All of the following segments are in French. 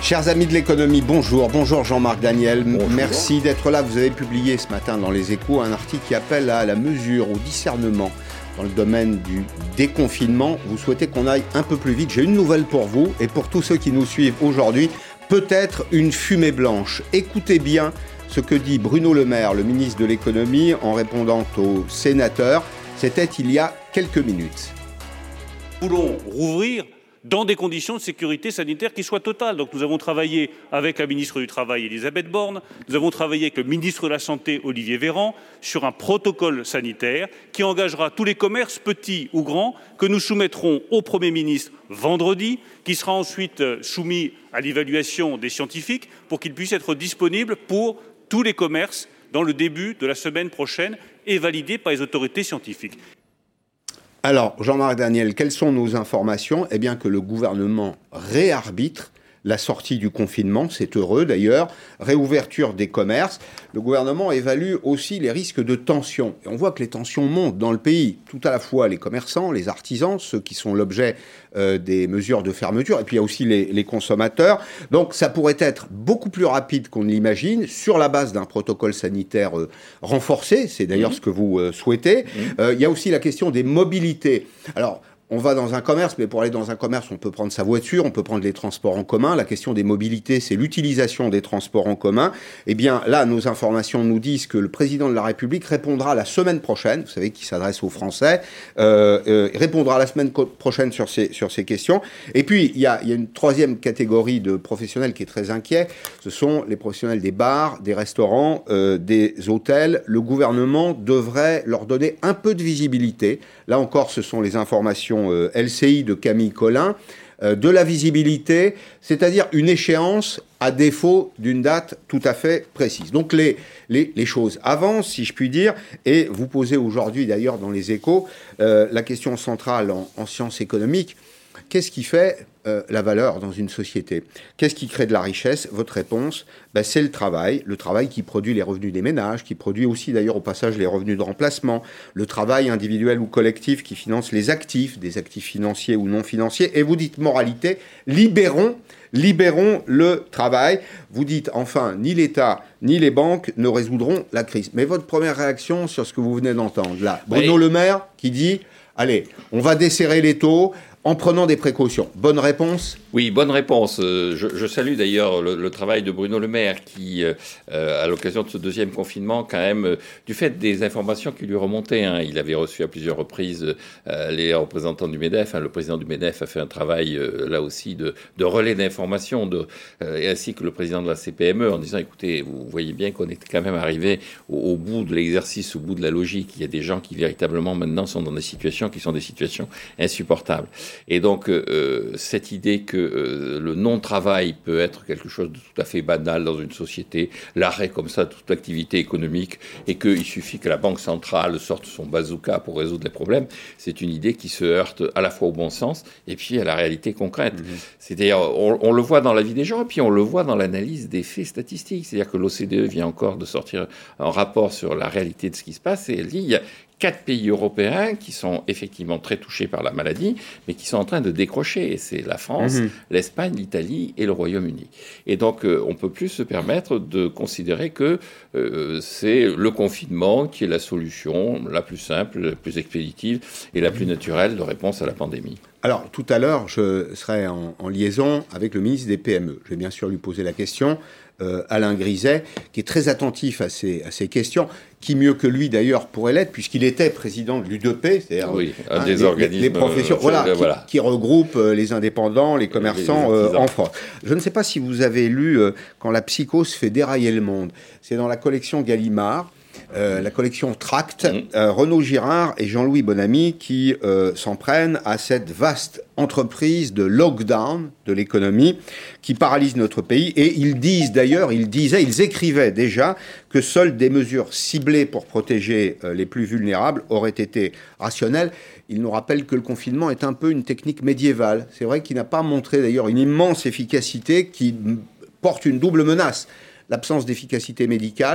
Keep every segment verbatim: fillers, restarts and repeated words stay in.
Chers amis de l'économie, bonjour. Bonjour Jean-Marc Daniel. Bonjour. Merci d'être là. Vous avez publié ce matin dans Les Échos un article qui appelle à la mesure, au discernement dans le domaine du déconfinement. Vous souhaitez qu'on aille un peu plus vite. J'ai une nouvelle pour vous et pour tous ceux qui nous suivent aujourd'hui. Peut-être une fumée blanche. Écoutez bien ce que dit Bruno Le Maire, le ministre de l'économie, en répondant aux sénateurs. C'était il y a quelques minutes. Nous voulons rouvrir dans des conditions de sécurité sanitaire qui soient totales. Donc nous avons travaillé avec la ministre du Travail, Elisabeth Borne, nous avons travaillé avec le ministre de la Santé, Olivier Véran, sur un protocole sanitaire qui engagera tous les commerces, petits ou grands, que nous soumettrons au Premier ministre vendredi, qui sera ensuite soumis à l'évaluation des scientifiques pour qu'il puisse être disponible pour tous les commerces dans le début de la semaine prochaine et validé par les autorités scientifiques. Alors, Jean-Marc Daniel, quelles sont nos informations ? Eh bien que le gouvernement réarbitre la sortie du confinement, c'est heureux d'ailleurs, réouverture des commerces. Le gouvernement évalue aussi les risques de tension. Et on voit que les tensions montent dans le pays, tout à la fois les commerçants, les artisans, ceux qui sont l'objet euh, des mesures de fermeture, et puis il y a aussi les, les consommateurs. Donc ça pourrait être beaucoup plus rapide qu'on ne l'imagine, sur la base d'un protocole sanitaire euh, renforcé, c'est d'ailleurs mmh. ce que vous euh, souhaitez. Mmh. Euh, il y a aussi la question des mobilités. Alors, on va dans un commerce, mais pour aller dans un commerce, on peut prendre sa voiture, on peut prendre les transports en commun. La question des mobilités, c'est l'utilisation des transports en commun. Eh bien, là, nos informations nous disent que le président de la République répondra la semaine prochaine, vous savez, qui s'adresse aux Français, euh, euh, répondra la semaine co- prochaine sur ces, sur ces questions. Et puis, il y a, il y a une troisième catégorie de professionnels qui est très inquiet. Ce sont les professionnels des bars, des restaurants, euh, des hôtels. Le gouvernement devrait leur donner un peu de visibilité. Là encore, ce sont les informations L C I de Camille Collin, euh, de la visibilité, c'est-à-dire une échéance à défaut d'une date tout à fait précise. Donc les, les, les choses avancent, si je puis dire, et vous posez aujourd'hui d'ailleurs dans les Échos euh, la question centrale en, en sciences économiques. Qu'est-ce qui fait euh, la valeur dans une société ? Qu'est-ce qui crée de la richesse ? Votre réponse, ben, c'est le travail. Le travail qui produit les revenus des ménages, qui produit aussi d'ailleurs au passage les revenus de remplacement. Le travail individuel ou collectif qui finance les actifs, des actifs financiers ou non financiers. Et vous dites moralité, libérons, libérons le travail. Vous dites enfin, ni l'État ni les banques ne résoudront la crise. Mais votre première réaction sur ce que vous venez d'entendre là, Bruno oui. Le Maire qui dit, allez, on va desserrer les taux en prenant des précautions. Bonne réponse ? Oui, bonne réponse. Je, je salue d'ailleurs le, le travail de Bruno Le Maire qui, euh, à l'occasion de ce deuxième confinement, quand même, euh, du fait des informations qui lui remontaient, hein, il avait reçu à plusieurs reprises euh, les représentants du MEDEF. Hein, le président du MEDEF a fait un travail, euh, là aussi, de, de relais d'informations, de, euh, ainsi que le président de la C P M E, en disant, écoutez, vous voyez bien qu'on est quand même arrivé au, au bout de l'exercice, au bout de la logique. Il y a des gens qui, véritablement, maintenant, sont dans des situations qui sont des situations insupportables. Et donc, euh, cette idée que euh, le non-travail peut être quelque chose de tout à fait banal dans une société, l'arrêt comme ça de toute activité économique, et qu'il suffit que la Banque centrale sorte son bazooka pour résoudre les problèmes, c'est une idée qui se heurte à la fois au bon sens et puis à la réalité concrète. Mmh. C'est-à-dire, on, on le voit dans la vie des gens, et puis on le voit dans l'analyse des faits statistiques. C'est-à-dire que l'O C D E vient encore de sortir un rapport sur la réalité de ce qui se passe, et elle dit, il y a quatre pays européens qui sont effectivement très touchés par la maladie, mais qui sont en train de décrocher. Et c'est la France, mmh. l'Espagne, l'Italie et le Royaume-Uni. Et donc, euh, on ne peut plus se permettre de considérer que euh, c'est le confinement qui est la solution la plus simple, la plus expéditive et la plus naturelle de réponse à la pandémie. Alors, tout à l'heure, je serai en, en liaison avec le ministre des P M E. Je vais bien sûr lui poser la question. Euh, Alain Griset, qui est très attentif à ces, à ces questions, qui mieux que lui d'ailleurs pourrait l'être, puisqu'il était président de l'U deux P, c'est-à-dire oui, un hein, des les, organismes, les professions, euh, voilà, euh, qui, voilà. qui regroupe euh, les indépendants, les commerçants euh, en France. Je ne sais pas si vous avez lu euh, Quand la psychose fait dérailler le monde. C'est dans la collection Gallimard. Euh, la collection Tract, mmh. euh, Renaud Girard et Jean-Louis Bonamy qui euh, s'en prennent à cette vaste entreprise de lockdown de l'économie qui paralyse notre pays. Et ils disent d'ailleurs, ils disaient, ils écrivaient déjà que seules des mesures ciblées pour protéger euh, les plus vulnérables auraient été rationnelles. Ils nous rappellent que le confinement est un peu une technique médiévale. C'est vrai qu'il n'a pas montré d'ailleurs une immense efficacité qui porte une double menace. L'absence d'efficacité médicale,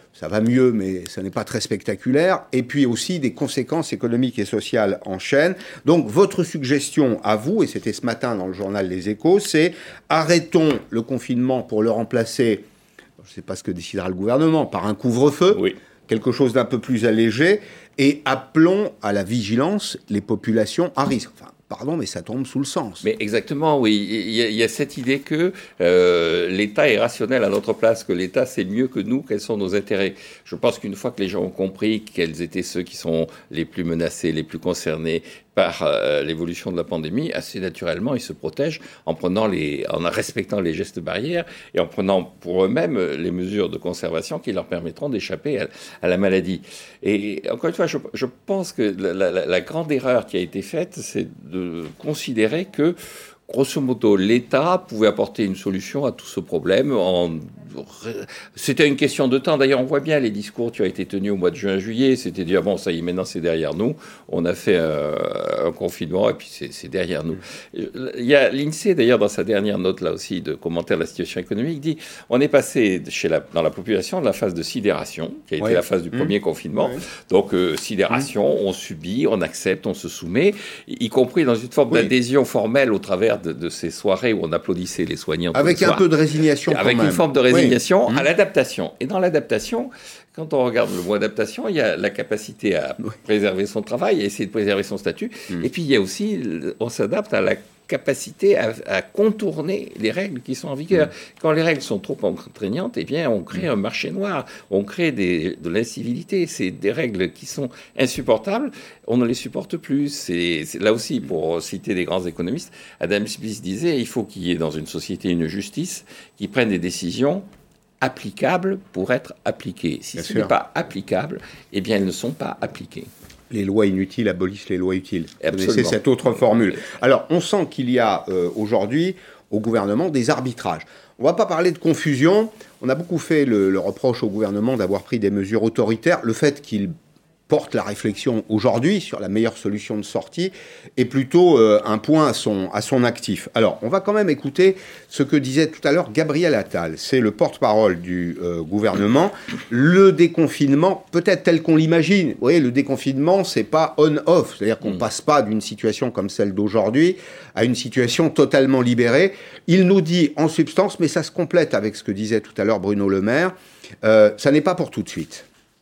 ça va mieux, mais ça n'est pas très spectaculaire. Et puis aussi des conséquences économiques et sociales en chaîne. Donc votre suggestion à vous, et c'était ce matin dans le journal Les Échos, c'est arrêtons le confinement pour le remplacer, je ne sais pas ce que décidera le gouvernement, par un couvre-feu, oui. quelque chose d'un peu plus allégé, et appelons à la vigilance les populations à risque. Enfin, pardon, mais ça tombe sous le sens. Mais exactement, oui. Il y a, il y a cette idée que euh, l'État est rationnel à notre place, que l'État sait mieux que nous quels sont nos intérêts. Je pense qu'une fois que les gens ont compris quels étaient ceux qui sont les plus menacés, les plus concernés par euh, l'évolution de la pandémie, assez naturellement, ils se protègent en prenant les, en respectant les gestes barrières et en prenant pour eux-mêmes les mesures de conservation qui leur permettront d'échapper à, à la maladie. Et encore une fois, je, je pense que la, la, la grande erreur qui a été faite, c'est de considérer que, grosso modo, l'État pouvait apporter une solution à tout ce problème. En... C'était une question de temps. D'ailleurs, on voit bien les discours qui ont été tenus au mois de juin-juillet. C'était dire, bon, ça y est, maintenant c'est derrière nous. On a fait un, un confinement et puis c'est, c'est derrière nous. Il y a l'INSEE, d'ailleurs, dans sa dernière note, là aussi, de commentaire de la situation économique, dit, on est passé chez la, dans la population de la phase de sidération, qui a été oui. la phase du mmh. premier confinement. Oui. Donc, euh, sidération, mmh. on subit, on accepte, on se soumet, y compris dans une forme oui. d'adhésion formelle au travers de, de ces soirées où on applaudissait les soignants. Avec un peu de résignation quand Avec même. une forme de résignation oui. à mmh. l'adaptation. Et dans l'adaptation, quand on regarde le mot adaptation, il y a la capacité à oui. préserver son travail, à essayer de préserver son statut. Mmh. Et puis, il y a aussi, on s'adapte à la capacité à, à contourner les règles qui sont en vigueur. Mmh. Quand les règles sont trop contraignantes, eh bien, on crée un marché noir, on crée des, de l'incivilité. C'est des règles qui sont insupportables, on ne les supporte plus. C'est, c'est, là aussi, pour citer des grands économistes, Adam Smith disait il faut qu'il y ait dans une société une justice qui prenne des décisions applicables pour être appliquées. Si bien ce sûr. N'est pas applicable, eh bien, elles ne sont pas appliquées. Les lois inutiles abolissent les lois utiles. Vous connaissez cette autre formule. Alors, on sent qu'il y a euh, aujourd'hui au gouvernement des arbitrages. On ne va pas parler de confusion. On a beaucoup fait le, le reproche au gouvernement d'avoir pris des mesures autoritaires. Le fait qu'il porte la réflexion aujourd'hui sur la meilleure solution de sortie est plutôt euh, un point à son, à son actif. Alors, on va quand même écouter ce que disait tout à l'heure Gabriel Attal. C'est le porte-parole du euh, gouvernement. Le déconfinement, peut-être tel qu'on l'imagine. Vous voyez, le déconfinement, c'est pas on-off. C'est-à-dire qu'on ne mmh. passe pas d'une situation comme celle d'aujourd'hui à une situation totalement libérée. Il nous dit en substance, mais ça se complète avec ce que disait tout à l'heure Bruno Le Maire, euh, ça n'est pas pour tout de suite.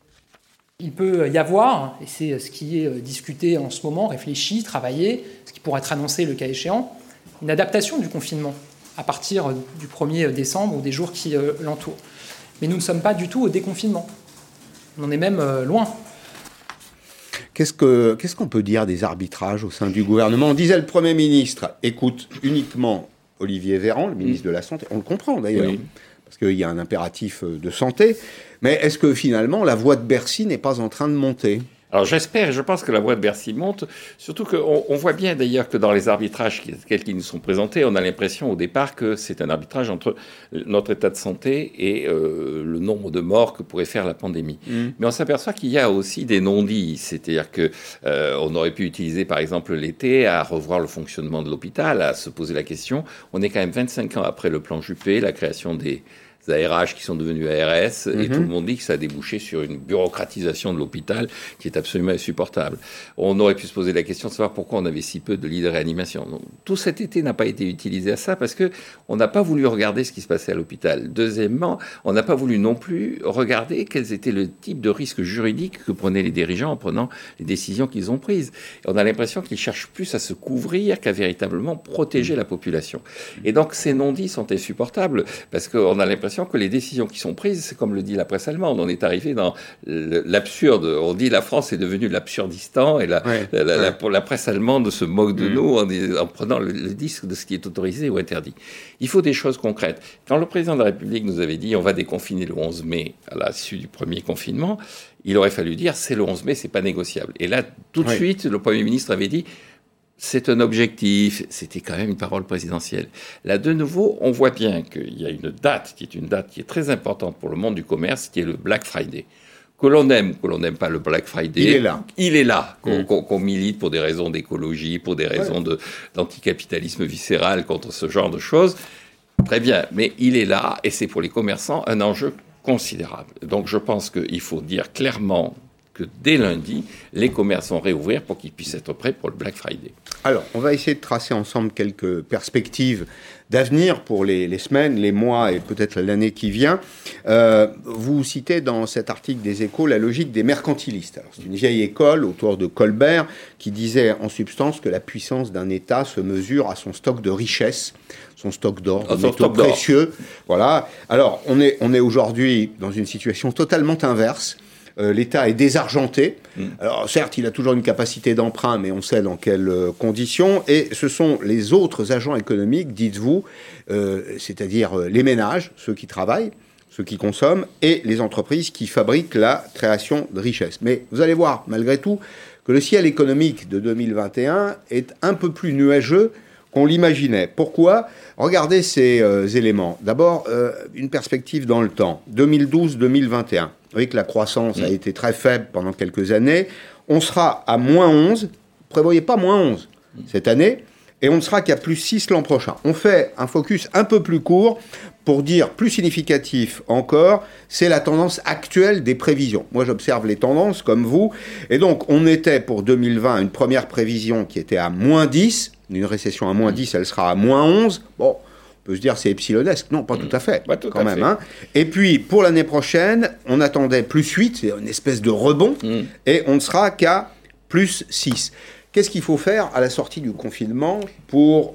Il peut y avoir, et c'est ce qui est discuté en ce moment, réfléchi, travaillé, ce qui pourrait être annoncé le cas échéant, une adaptation du confinement à partir du premier décembre ou des jours qui l'entourent. Mais nous ne sommes pas du tout au déconfinement. On en est même loin. Qu'est-ce, que, qu'est-ce qu'on peut dire des arbitrages au sein du gouvernement ? On disait le Premier ministre écoute uniquement Olivier Véran, le ministre de la Santé. On le comprend d'ailleurs. Oui. Parce qu'il y a un impératif de santé. Mais est-ce que finalement, la voix de Bercy n'est pas en train de monter ? Alors j'espère, et je pense que la voix de Bercy monte, surtout qu'on on voit bien d'ailleurs que dans les arbitrages qui, qui nous sont présentés, on a l'impression au départ que c'est un arbitrage entre notre état de santé et euh, le nombre de morts que pourrait faire la pandémie. Mmh. Mais on s'aperçoit qu'il y a aussi des non-dits, c'est-à-dire qu'on euh, aurait pu utiliser par exemple l'été à revoir le fonctionnement de l'hôpital, à se poser la question, on est quand même vingt-cinq ans après le plan Juppé, la création des A R H qui sont devenus A R S, mm-hmm. et tout le monde dit que ça a débouché sur une bureaucratisation de l'hôpital qui est absolument insupportable. On aurait pu se poser la question de savoir pourquoi on avait si peu de lits de réanimation. Donc, tout cet été n'a pas été utilisé à ça parce qu'on n'a pas voulu regarder ce qui se passait à l'hôpital. Deuxièmement, on n'a pas voulu non plus regarder quels étaient le type de risques juridiques que prenaient les dirigeants en prenant les décisions qu'ils ont prises. Et on a l'impression qu'ils cherchent plus à se couvrir qu'à véritablement protéger la population. Et donc ces non-dits sont insupportables parce qu'on a l'impression que les décisions qui sont prises, c'est comme le dit la presse allemande, on est arrivé dans l'absurde. On dit la France est devenue l'absurdistan et la, ouais, la, la, ouais. la, pour la presse allemande se moque de mmh. nous en, en prenant le, le disque de ce qui est autorisé ou interdit. Il faut des choses concrètes. Quand le président de la République nous avait dit on va déconfiner le onze mai à l'issue du premier confinement, il aurait fallu dire c'est le onze mai, c'est pas négociable. Et là, tout de ouais. suite, le Premier ministre avait dit c'est un objectif, c'était quand même une parole présidentielle. Là, de nouveau, on voit bien qu'il y a une date qui est une date qui est très importante pour le monde du commerce, qui est le Black Friday. Que l'on aime, que l'on n'aime pas le Black Friday, il est là. Il est là, qu'on, mmh. qu'on, qu'on milite pour des raisons d'écologie, pour des raisons ouais. de, d'anticapitalisme viscéral contre ce genre de choses. Très bien, mais il est là, et c'est pour les commerçants un enjeu considérable. Donc je pense qu'il faut dire clairement que dès lundi, les commerces vont réouvrir pour qu'ils puissent être prêts pour le Black Friday. Alors, on va essayer de tracer ensemble quelques perspectives d'avenir pour les, les semaines, les mois et peut-être l'année qui vient. Euh, vous citez dans cet article des Échos la logique des mercantilistes. Alors, c'est une vieille école autour de Colbert qui disait en substance que la puissance d'un État se mesure à son stock de richesses, son stock d'or, de ah, métaux précieux. Voilà. Alors, on est, on est aujourd'hui dans une situation totalement inverse. Euh, L'État est désargenté. Mmh. Alors certes, il a toujours une capacité d'emprunt, mais on sait dans quelles euh, conditions. Et ce sont les autres agents économiques, dites-vous, euh, c'est-à-dire euh, les ménages, ceux qui travaillent, ceux qui consomment, et les entreprises qui fabriquent la création de richesses. Mais vous allez voir, malgré tout, que le ciel économique de deux mille vingt et un est un peu plus nuageux qu'on l'imaginait. Pourquoi ? Regardez ces euh, éléments. D'abord, euh, une perspective dans le temps. deux mille douze deux mille vingt et un. Vous voyez que la croissance mmh. a été très faible pendant quelques années. On sera à moins onze. Ne prévoyez pas moins onze mmh. cette année. Et on ne sera qu'à plus six l'an prochain. On fait un focus un peu plus court pour dire plus significatif encore, c'est la tendance actuelle des prévisions. Moi, j'observe les tendances comme vous. Et donc, on était pour deux mille vingt une première prévision qui était à moins dix. Une récession à moins dix, elle sera à moins onze. Bon, on peut se dire c'est epsilonesque. Non, pas tout à fait, pas tout quand à même. fait. Hein. Et puis, pour l'année prochaine, on attendait plus huit, c'est une espèce de rebond, mm. et on ne sera qu'à plus six. Qu'est-ce qu'il faut faire à la sortie du confinement pour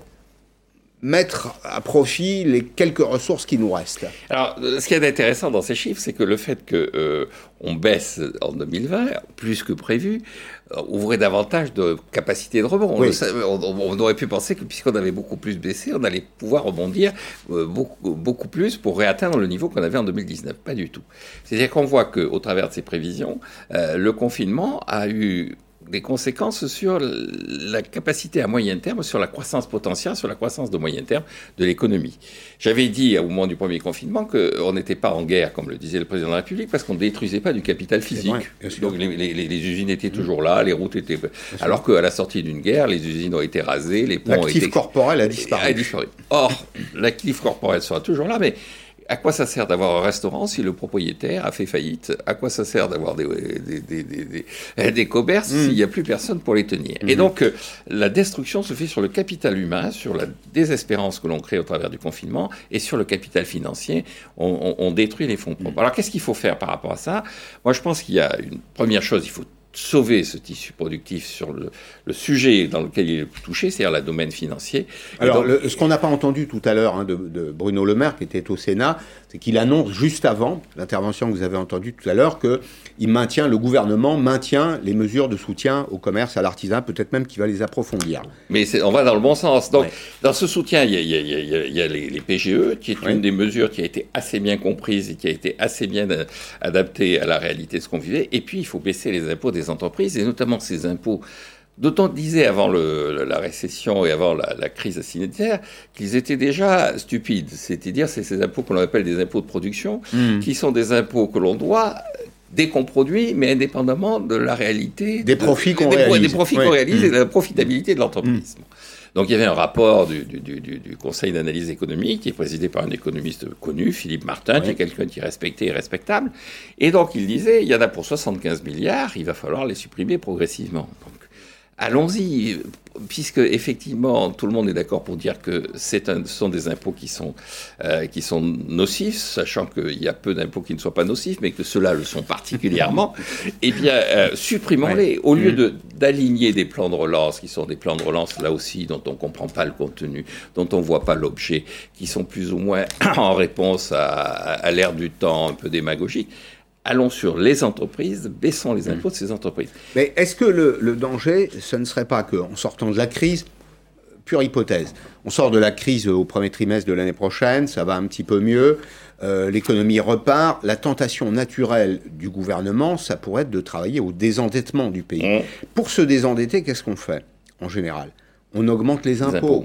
mettre à profit les quelques ressources qui nous restent? Alors, ce qui est intéressant dans ces chiffres, c'est que le fait qu'on euh, baisse en deux mille vingt, plus que prévu, euh, ouvrait davantage de capacité de rebond. Oui. On, on, on aurait pu penser que puisqu'on avait beaucoup plus baissé, on allait pouvoir rebondir euh, beaucoup, beaucoup plus pour réatteindre le niveau qu'on avait en deux mille dix-neuf. Pas du tout. C'est-à-dire qu'on voit qu'au travers de ces prévisions, euh, le confinement a eu des conséquences sur la capacité à moyen terme, sur la croissance potentielle, sur la croissance de moyen terme de l'économie. J'avais dit au moment du premier confinement qu'on n'était pas en guerre, comme le disait le président de la République, parce qu'on ne détruisait pas du capital physique. Vrai, Donc les, les, les usines étaient toujours là, les routes étaient... Alors qu'à la sortie d'une guerre, les usines ont été rasées, les ponts ont été... L'actif corporel a disparu. a disparu. Or, l'actif corporel sera toujours là, mais... À quoi ça sert d'avoir un restaurant si le propriétaire a fait faillite? À quoi ça sert d'avoir des, des, des, des, des, des commerces mmh. s'il n'y a plus personne pour les tenir? mmh. Et donc, euh, la destruction se fait sur le capital humain, sur la désespérance que l'on crée au travers du confinement, et sur le capital financier. On, on, on détruit les fonds propres. Alors, qu'est-ce qu'il faut faire par rapport à ça? Moi, je pense qu'il y a une première chose, il faut sauver ce tissu productif sur le, le sujet dans lequel il est touché, c'est-à-dire le domaine financier. Alors, donc, le, ce qu'on n'a pas entendu tout à l'heure hein, de, de Bruno Le Maire, qui était au Sénat, c'est qu'il annonce juste avant l'intervention que vous avez entendue tout à l'heure qu'il maintient, le gouvernement maintient les mesures de soutien au commerce, à l'artisanat, peut-être même qu'il va les approfondir. Mais c'est, on va dans le bon sens. Donc, ouais. dans ce soutien, il y a, il y a, il y a, il y a les, les P G E, qui est ouais. une des mesures qui a été assez bien comprise et qui a été assez bien adaptée à la réalité de ce qu'on vivait. Et puis, il faut baisser les impôts des entreprises, et notamment ces impôts dont on disait avant le, la récession et avant la, la crise sanitaire qu'ils étaient déjà stupides. C'est-à-dire, c'est ces impôts qu'on appelle des impôts de production, mmh. qui sont des impôts que l'on doit dès qu'on produit, mais indépendamment de la réalité... Des de, profits qu'on des, réalise. Des profits ouais. qu'on réalise mmh. et de la profitabilité de l'entreprise. Mmh. Donc il y avait un rapport du, du, du, du Conseil d'analyse économique qui est présidé par un économiste connu, Philippe Martin, oui. qui est quelqu'un qui est respecté et respectable. Et donc il disait, il y en a pour soixante-quinze milliards, il va falloir les supprimer progressivement. Donc allons-y, puisque effectivement tout le monde est d'accord pour dire que c'est un, ce sont des impôts qui sont, euh, qui sont nocifs, sachant qu'il y a peu d'impôts qui ne soient pas nocifs, mais que ceux-là le sont particulièrement, eh bien euh, supprimons-les. Au lieu de, d'aligner des plans de relance, qui sont des plans de relance là aussi dont on ne comprend pas le contenu, dont on ne voit pas l'objet, qui sont plus ou moins en réponse à, à l'ère du temps un peu démagogique. Allons sur les entreprises, baissons les impôts de ces entreprises. Mais est-ce que le, le danger, ce ne serait pas qu'en sortant de la crise, pure hypothèse, on sort de la crise au premier trimestre de l'année prochaine, ça va un petit peu mieux, euh, l'économie repart, la tentation naturelle du gouvernement, ça pourrait être de travailler au désendettement du pays. Mmh. Pour se désendetter, qu'est-ce qu'on fait en général? On augmente les impôts. les impôts.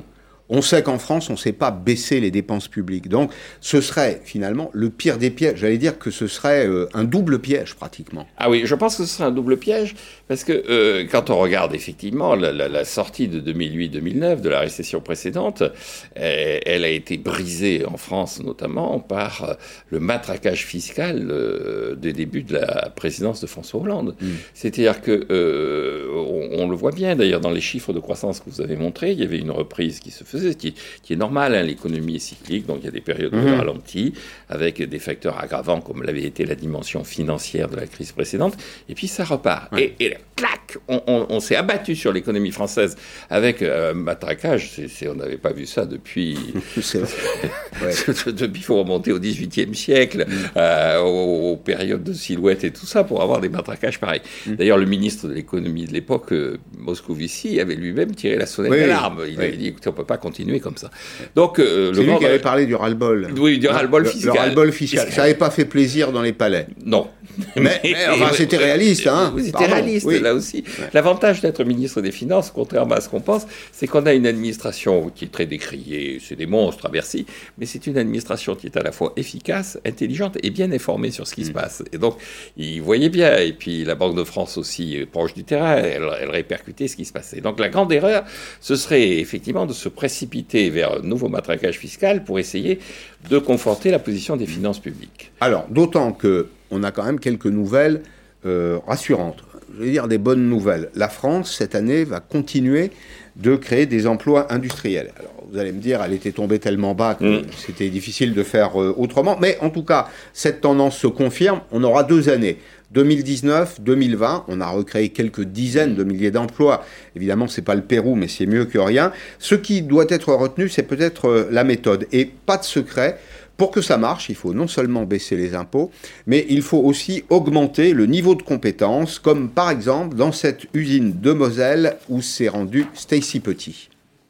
On sait qu'en France, on ne sait pas baisser les dépenses publiques. Donc, ce serait finalement le pire des pièges. J'allais dire que ce serait euh, un double piège, pratiquement. Ah oui, je pense que ce serait un double piège, parce que euh, quand on regarde effectivement la, la, la sortie de deux mille huit deux mille neuf, de la récession précédente, elle, elle a été brisée en France notamment par le matraquage fiscal euh, des débuts de la présidence de François Hollande. Mmh. C'est-à-dire que, euh, on, on le voit bien d'ailleurs dans les chiffres de croissance que vous avez montrés, il y avait une reprise qui se faisait, Qui, qui est normal, hein, l'économie est cyclique, donc il y a des périodes de mmh. ralenti, avec des facteurs aggravants comme l'avait été la dimension financière de la crise précédente, et puis ça repart. Ouais. Et, et là, clac, on, on, on s'est abattu sur l'économie française avec un euh, matraquage, c'est, c'est, on n'avait pas vu ça depuis... c'est ouais. Depuis, il faut remonter au dix-huitième siècle, mmh. euh, aux, aux périodes de Silhouette et tout ça, pour avoir des matraquages pareils. Mmh. D'ailleurs, le ministre de l'économie de l'époque, euh, Moscovici, avait lui-même tiré la sonnette oui, d'alarme. Il oui. avait dit, écoutez, on ne peut pas continuer comme ça. Donc, euh, c'est le lui qui avait parlé du ras-le-bol. Oui, du ras-le-bol le, fiscal. Le ras-le-bol fiscal. Ça n'avait pas fait plaisir dans les palais. Non. Mais, mais enfin, c'était réaliste, hein. Oui, c'était réaliste, oui. Là aussi. Ouais. L'avantage d'être ministre des Finances, contrairement à ce qu'on pense, c'est qu'on a une administration qui est très décriée, c'est des monstres à Bercy, mais c'est une administration qui est à la fois efficace, intelligente et bien informée sur ce qui mmh. se passe. Et donc, ils voyaient bien, et puis la Banque de France aussi, proche du terrain, elle, elle répercutait ce qui se passait. Donc, la grande erreur, ce serait effectivement de se précipiter vers un nouveau matraquage fiscal pour essayer de conforter la position des finances publiques. Alors, d'autant que on a quand même quelques nouvelles euh, rassurantes. Je vais dire des bonnes nouvelles. La France, cette année, va continuer de créer des emplois industriels. Alors, vous allez me dire, elle était tombée tellement bas que mmh. c'était difficile de faire euh, autrement. Mais en tout cas, cette tendance se confirme. On aura deux années. deux mille dix-neuf deux mille vingt, on a recréé quelques dizaines de milliers d'emplois. Évidemment, ce n'est pas le Pérou, mais c'est mieux que rien. Ce qui doit être retenu, c'est peut-être euh, la méthode. Et pas de secret. Pour que ça marche, il faut non seulement baisser les impôts, mais il faut aussi augmenter le niveau de compétences, comme par exemple dans cette usine de Moselle où s'est rendu Stacy Petit.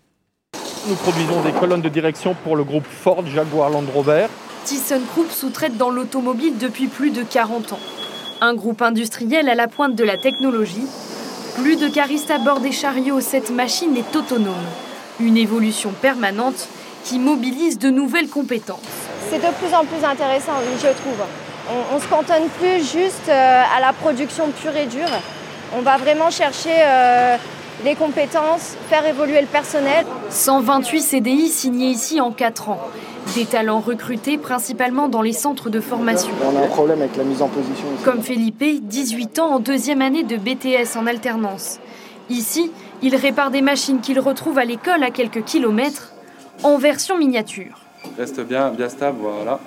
Nous produisons des colonnes de direction pour le groupe Ford, Jaguar, Land Rover. ThyssenKrupp sous-traite dans l'automobile depuis plus de quarante ans. Un groupe industriel à la pointe de la technologie. Plus de caristes à bord des chariots, cette machine est autonome. Une évolution permanente qui mobilise de nouvelles compétences. C'est de plus en plus intéressant, je trouve. On ne se cantonne plus juste euh, à la production pure et dure. On va vraiment chercher euh, les compétences, faire évoluer le personnel. cent vingt-huit C D I signés ici en quatre ans. Des talents recrutés principalement dans les centres de formation. On a un problème avec la mise en position. Aussi. Comme Felipe, dix-huit ans en deuxième année de B T S en alternance. Ici, il répare des machines qu'il retrouve à l'école à quelques kilomètres, en version miniature. Reste bien, bien stable, voilà.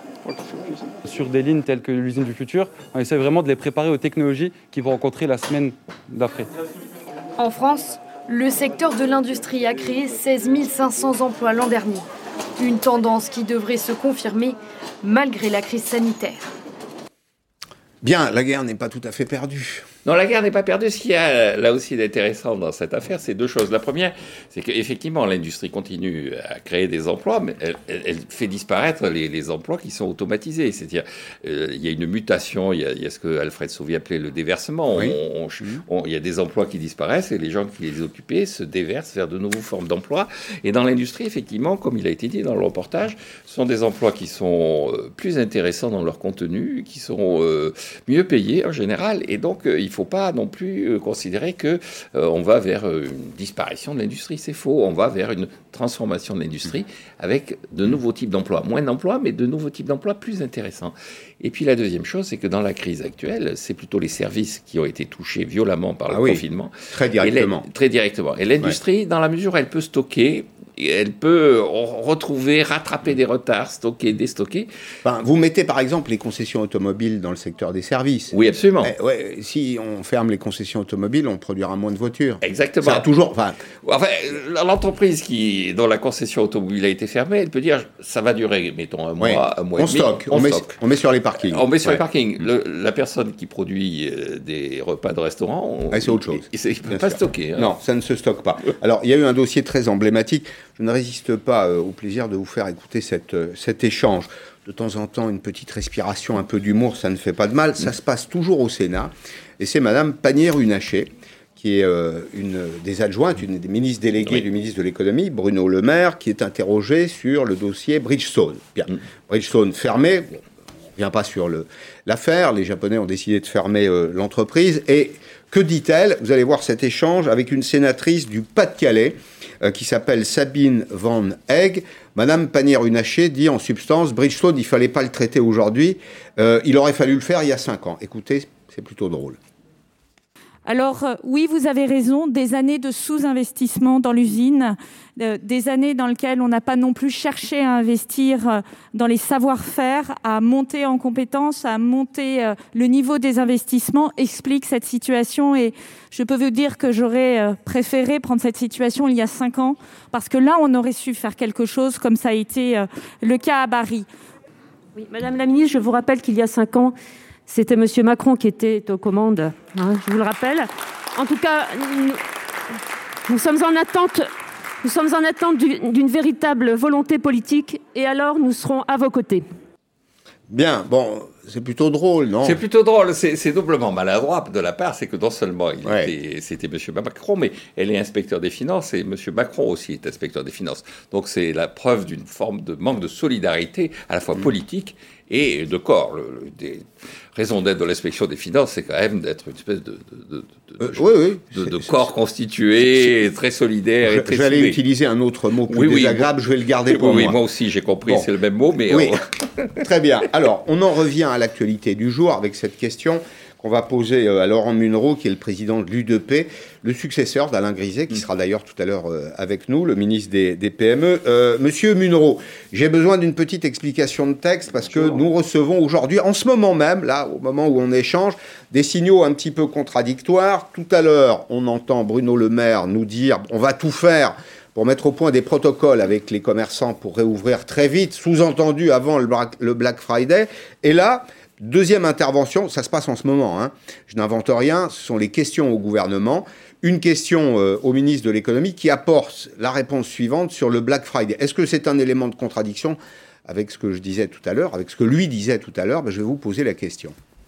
Sur des lignes telles que l'usine du futur, on essaie vraiment de les préparer aux technologies qu'ils vont rencontrer la semaine d'après. En France, le secteur de l'industrie a créé seize mille cinq cents emplois l'an dernier. Une tendance qui devrait se confirmer malgré la crise sanitaire. Bien, la guerre n'est pas tout à fait perdue. Non, la guerre n'est pas perdue. Ce qu'il y a là aussi d'intéressant dans cette affaire, c'est deux choses. La première, c'est qu'effectivement, l'industrie continue à créer des emplois, mais elle, elle, elle fait disparaître les, les emplois qui sont automatisés. C'est-à-dire, euh, il y a une mutation, il y a, il y a ce que Alfred Sauvy appelait le déversement. Oui. On, on, on, il y a des emplois qui disparaissent et les gens qui les occupaient se déversent vers de nouvelles formes d'emplois. Et dans l'industrie, effectivement, comme il a été dit dans le reportage, ce sont des emplois qui sont plus intéressants dans leur contenu, qui sont euh, mieux payés en général, et donc euh, il ne faut pas non plus euh, considérer qu'on euh, va vers euh, une disparition de l'industrie. C'est faux. On va vers une transformation de l'industrie avec de nouveaux types d'emplois. Moins d'emplois, mais de nouveaux types d'emplois plus intéressants. Et puis la deuxième chose, c'est que dans la crise actuelle, c'est plutôt les services qui ont été touchés violemment par le ah oui, confinement. Très directement. Et très directement. Et l'industrie, ouais. dans la mesure où elle peut stocker, elle peut retrouver, rattraper des retards, stocker, déstocker. Enfin, vous mettez par exemple les concessions automobiles dans le secteur des services. Oui, absolument. Eh, ouais, si on ferme les concessions automobiles, on produira moins de voitures. Exactement. Ça a toujours. Enfin, enfin, l'entreprise qui, dont la concession automobile a été fermée, elle peut dire ça va durer, mettons un mois, ouais. un mois on et demi. Stocke, on, on, met, on met sur les parkings. On met sur ouais. les parkings. Le, la personne qui produit euh, des repas de restaurant, on, ah, c'est autre chose. Il ne peut pas sûr. stocker. Hein. Non, ça ne se stocke pas. Alors, il y a eu un dossier très emblématique. Je ne résiste pas euh, au plaisir de vous faire écouter cette, euh, cet échange. De temps en temps, une petite respiration, un peu d'humour, ça ne fait pas de mal. Ça se passe toujours au Sénat. Et c'est Madame Pannier-Runacher qui est euh, une des adjointes, une des ministres déléguées oui. du ministre de l'économie, Bruno Le Maire, qui est interrogé sur le dossier Bridgestone. Bien, mm. Bridgestone fermé, bon, on ne vient pas sur le, l'affaire, les Japonais ont décidé de fermer euh, l'entreprise, et que dit-elle? Vous allez voir cet échange avec une sénatrice du Pas-de-Calais, euh, qui s'appelle Sabine Van Egg. Madame Pannier-Runacher dit en substance, Bridgestone, il ne fallait pas le traiter aujourd'hui, euh, il aurait fallu le faire il y a cinq ans. Écoutez, c'est plutôt drôle. Alors euh, oui, vous avez raison, des années de sous-investissement dans l'usine, euh, des années dans lesquelles on n'a pas non plus cherché à investir euh, dans les savoir-faire, à monter en compétences, à monter euh, le niveau des investissements, expliquent cette situation. Et je peux vous dire que j'aurais euh, préféré prendre cette situation il y a cinq ans, parce que là, on aurait su faire quelque chose comme ça a été euh, le cas à Bari. Oui, Madame la Ministre, je vous rappelle qu'il y a cinq ans, c'était M. Macron qui était aux commandes, hein, je vous le rappelle. En tout cas, nous, nous sommes en attente, nous sommes en attente d'une, d'une véritable volonté politique, et alors nous serons à vos côtés. Bien, bon, c'est plutôt drôle, non? C'est plutôt drôle, c'est, c'est doublement maladroit de la part, c'est que non seulement il ouais. était, c'était M. Macron, mais elle est inspecteur des finances, et M. Macron aussi est inspecteur des finances. Donc c'est la preuve d'une forme de manque de solidarité, à la fois politique et de corps. Le, le, des raisons d'être de l'inspection des finances, c'est quand même d'être une espèce de, de, de, de, euh, oui, oui. de, de corps constitué, très solidaire je, et très J'allais soudé. utiliser un autre mot plus oui, désagréable, oui, je vais le garder pour oui, moi. Oui, moi aussi, j'ai compris, bon. c'est le même mot, mais... Oui, on... très bien. Alors, on en revient à l'actualité du jour avec cette question qu'on va poser à Laurent Munro, qui est le président de l'U D P, le successeur d'Alain Griset, qui sera d'ailleurs tout à l'heure avec nous, le ministre des, des P M E. Euh, Monsieur Munro, j'ai besoin d'une petite explication de texte parce que nous recevons aujourd'hui, en ce moment même, là, au moment où on échange, des signaux un petit peu contradictoires. Tout à l'heure, on entend Bruno Le Maire nous dire « on va tout faire » pour mettre au point des protocoles avec les commerçants pour réouvrir très vite, sous-entendu avant le Black, le Black Friday. Et là, deuxième intervention, ça se passe en ce moment, hein. Je n'invente rien, ce sont les questions au gouvernement. Une question euh, au ministre de l'économie qui apporte la réponse suivante sur le Black Friday. Est-ce que c'est un élément de contradiction avec ce que je disais tout à l'heure, avec ce que lui disait tout à l'heure? Ben, je vais vous poser la question.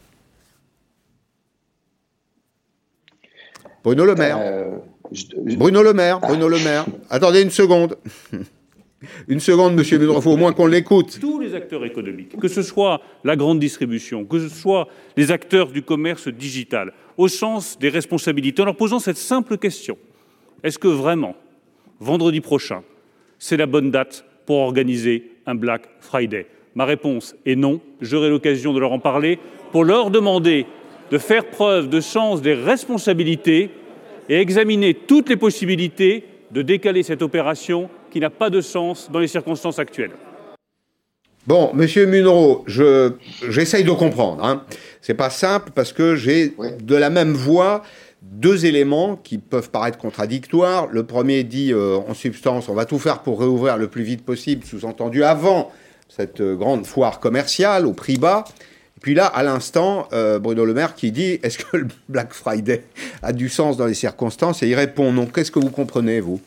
Bruno Le Maire. Euh, je, je... Bruno Le Maire, Bruno Le Maire. Attendez une seconde. Une seconde, monsieur Munro, il faut au moins qu'on l'écoute. Tous les acteurs économiques, que ce soit la grande distribution, que ce soit les acteurs du commerce digital, au sens des responsabilités, en leur posant cette simple question. Est-ce que vraiment, vendredi prochain, c'est la bonne date pour organiser un Black Friday? Ma réponse est non. J'aurai l'occasion de leur en parler pour leur demander de faire preuve de sens des responsabilités et examiner toutes les possibilités de décaler cette opération qui n'a pas de sens dans les circonstances actuelles. Bon, monsieur Munro, je, j'essaye de comprendre. Hein. C'est pas simple parce que j'ai oui. de la même voix deux éléments qui peuvent paraître contradictoires. Le premier dit euh, en substance, on va tout faire pour réouvrir le plus vite possible, sous-entendu avant cette euh, grande foire commerciale au prix bas. Et puis là, à l'instant, euh, Bruno Le Maire qui dit, est-ce que le Black Friday a du sens dans les circonstances? Et il répond non. Qu'est-ce que vous comprenez, vous?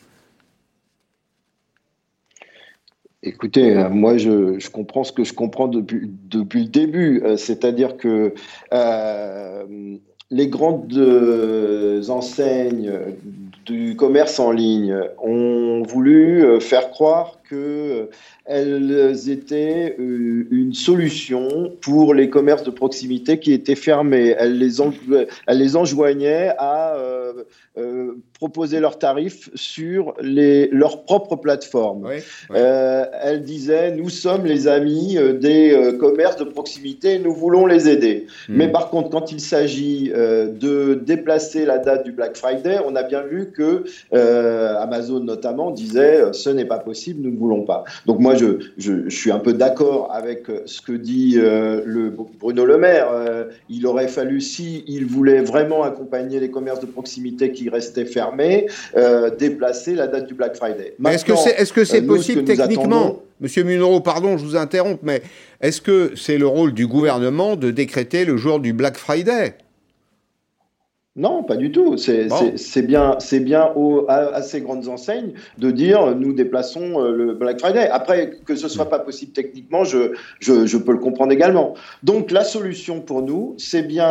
Écoutez, euh, moi, je, je comprends ce que je comprends depuis, depuis le début. Euh, c'est-à-dire que euh, les grandes euh, enseignes du commerce en ligne ont voulu euh, faire croire que elles étaient euh, une solution pour les commerces de proximité qui étaient fermés. Elles les, en, elles les enjoignaient à euh, euh, proposer leurs tarifs sur les, leur propre plateforme. Oui, oui. Euh, elles disaient, nous sommes les amis des euh, commerces de proximité, nous voulons les aider. Mmh. Mais par contre, quand il s'agit euh, de déplacer la date du Black Friday, on a bien vu que euh, Amazon notamment disait, ce n'est pas possible, nous ne voulons pas. Donc moi, je, je, je suis un peu d'accord avec ce que dit euh, le Bruno Le Maire. Euh, il aurait fallu, si il voulait vraiment accompagner les commerces de proximité qui restaient fermés, euh, déplacer la date du Black Friday. Mais est-ce que c'est, est-ce que c'est euh, possible que techniquement, attendons... Monsieur Munro, pardon, je vous interromps, mais est-ce que c'est le rôle du gouvernement de décréter le jour du Black Friday ? Non, pas du tout. C'est, bon. c'est, c'est bien, c'est bien au, à, à ces grandes enseignes de dire nous déplaçons euh, le Black Friday. Après, que ce ne soit pas possible techniquement, je, je, je peux le comprendre également. Donc la solution pour nous, c'est bien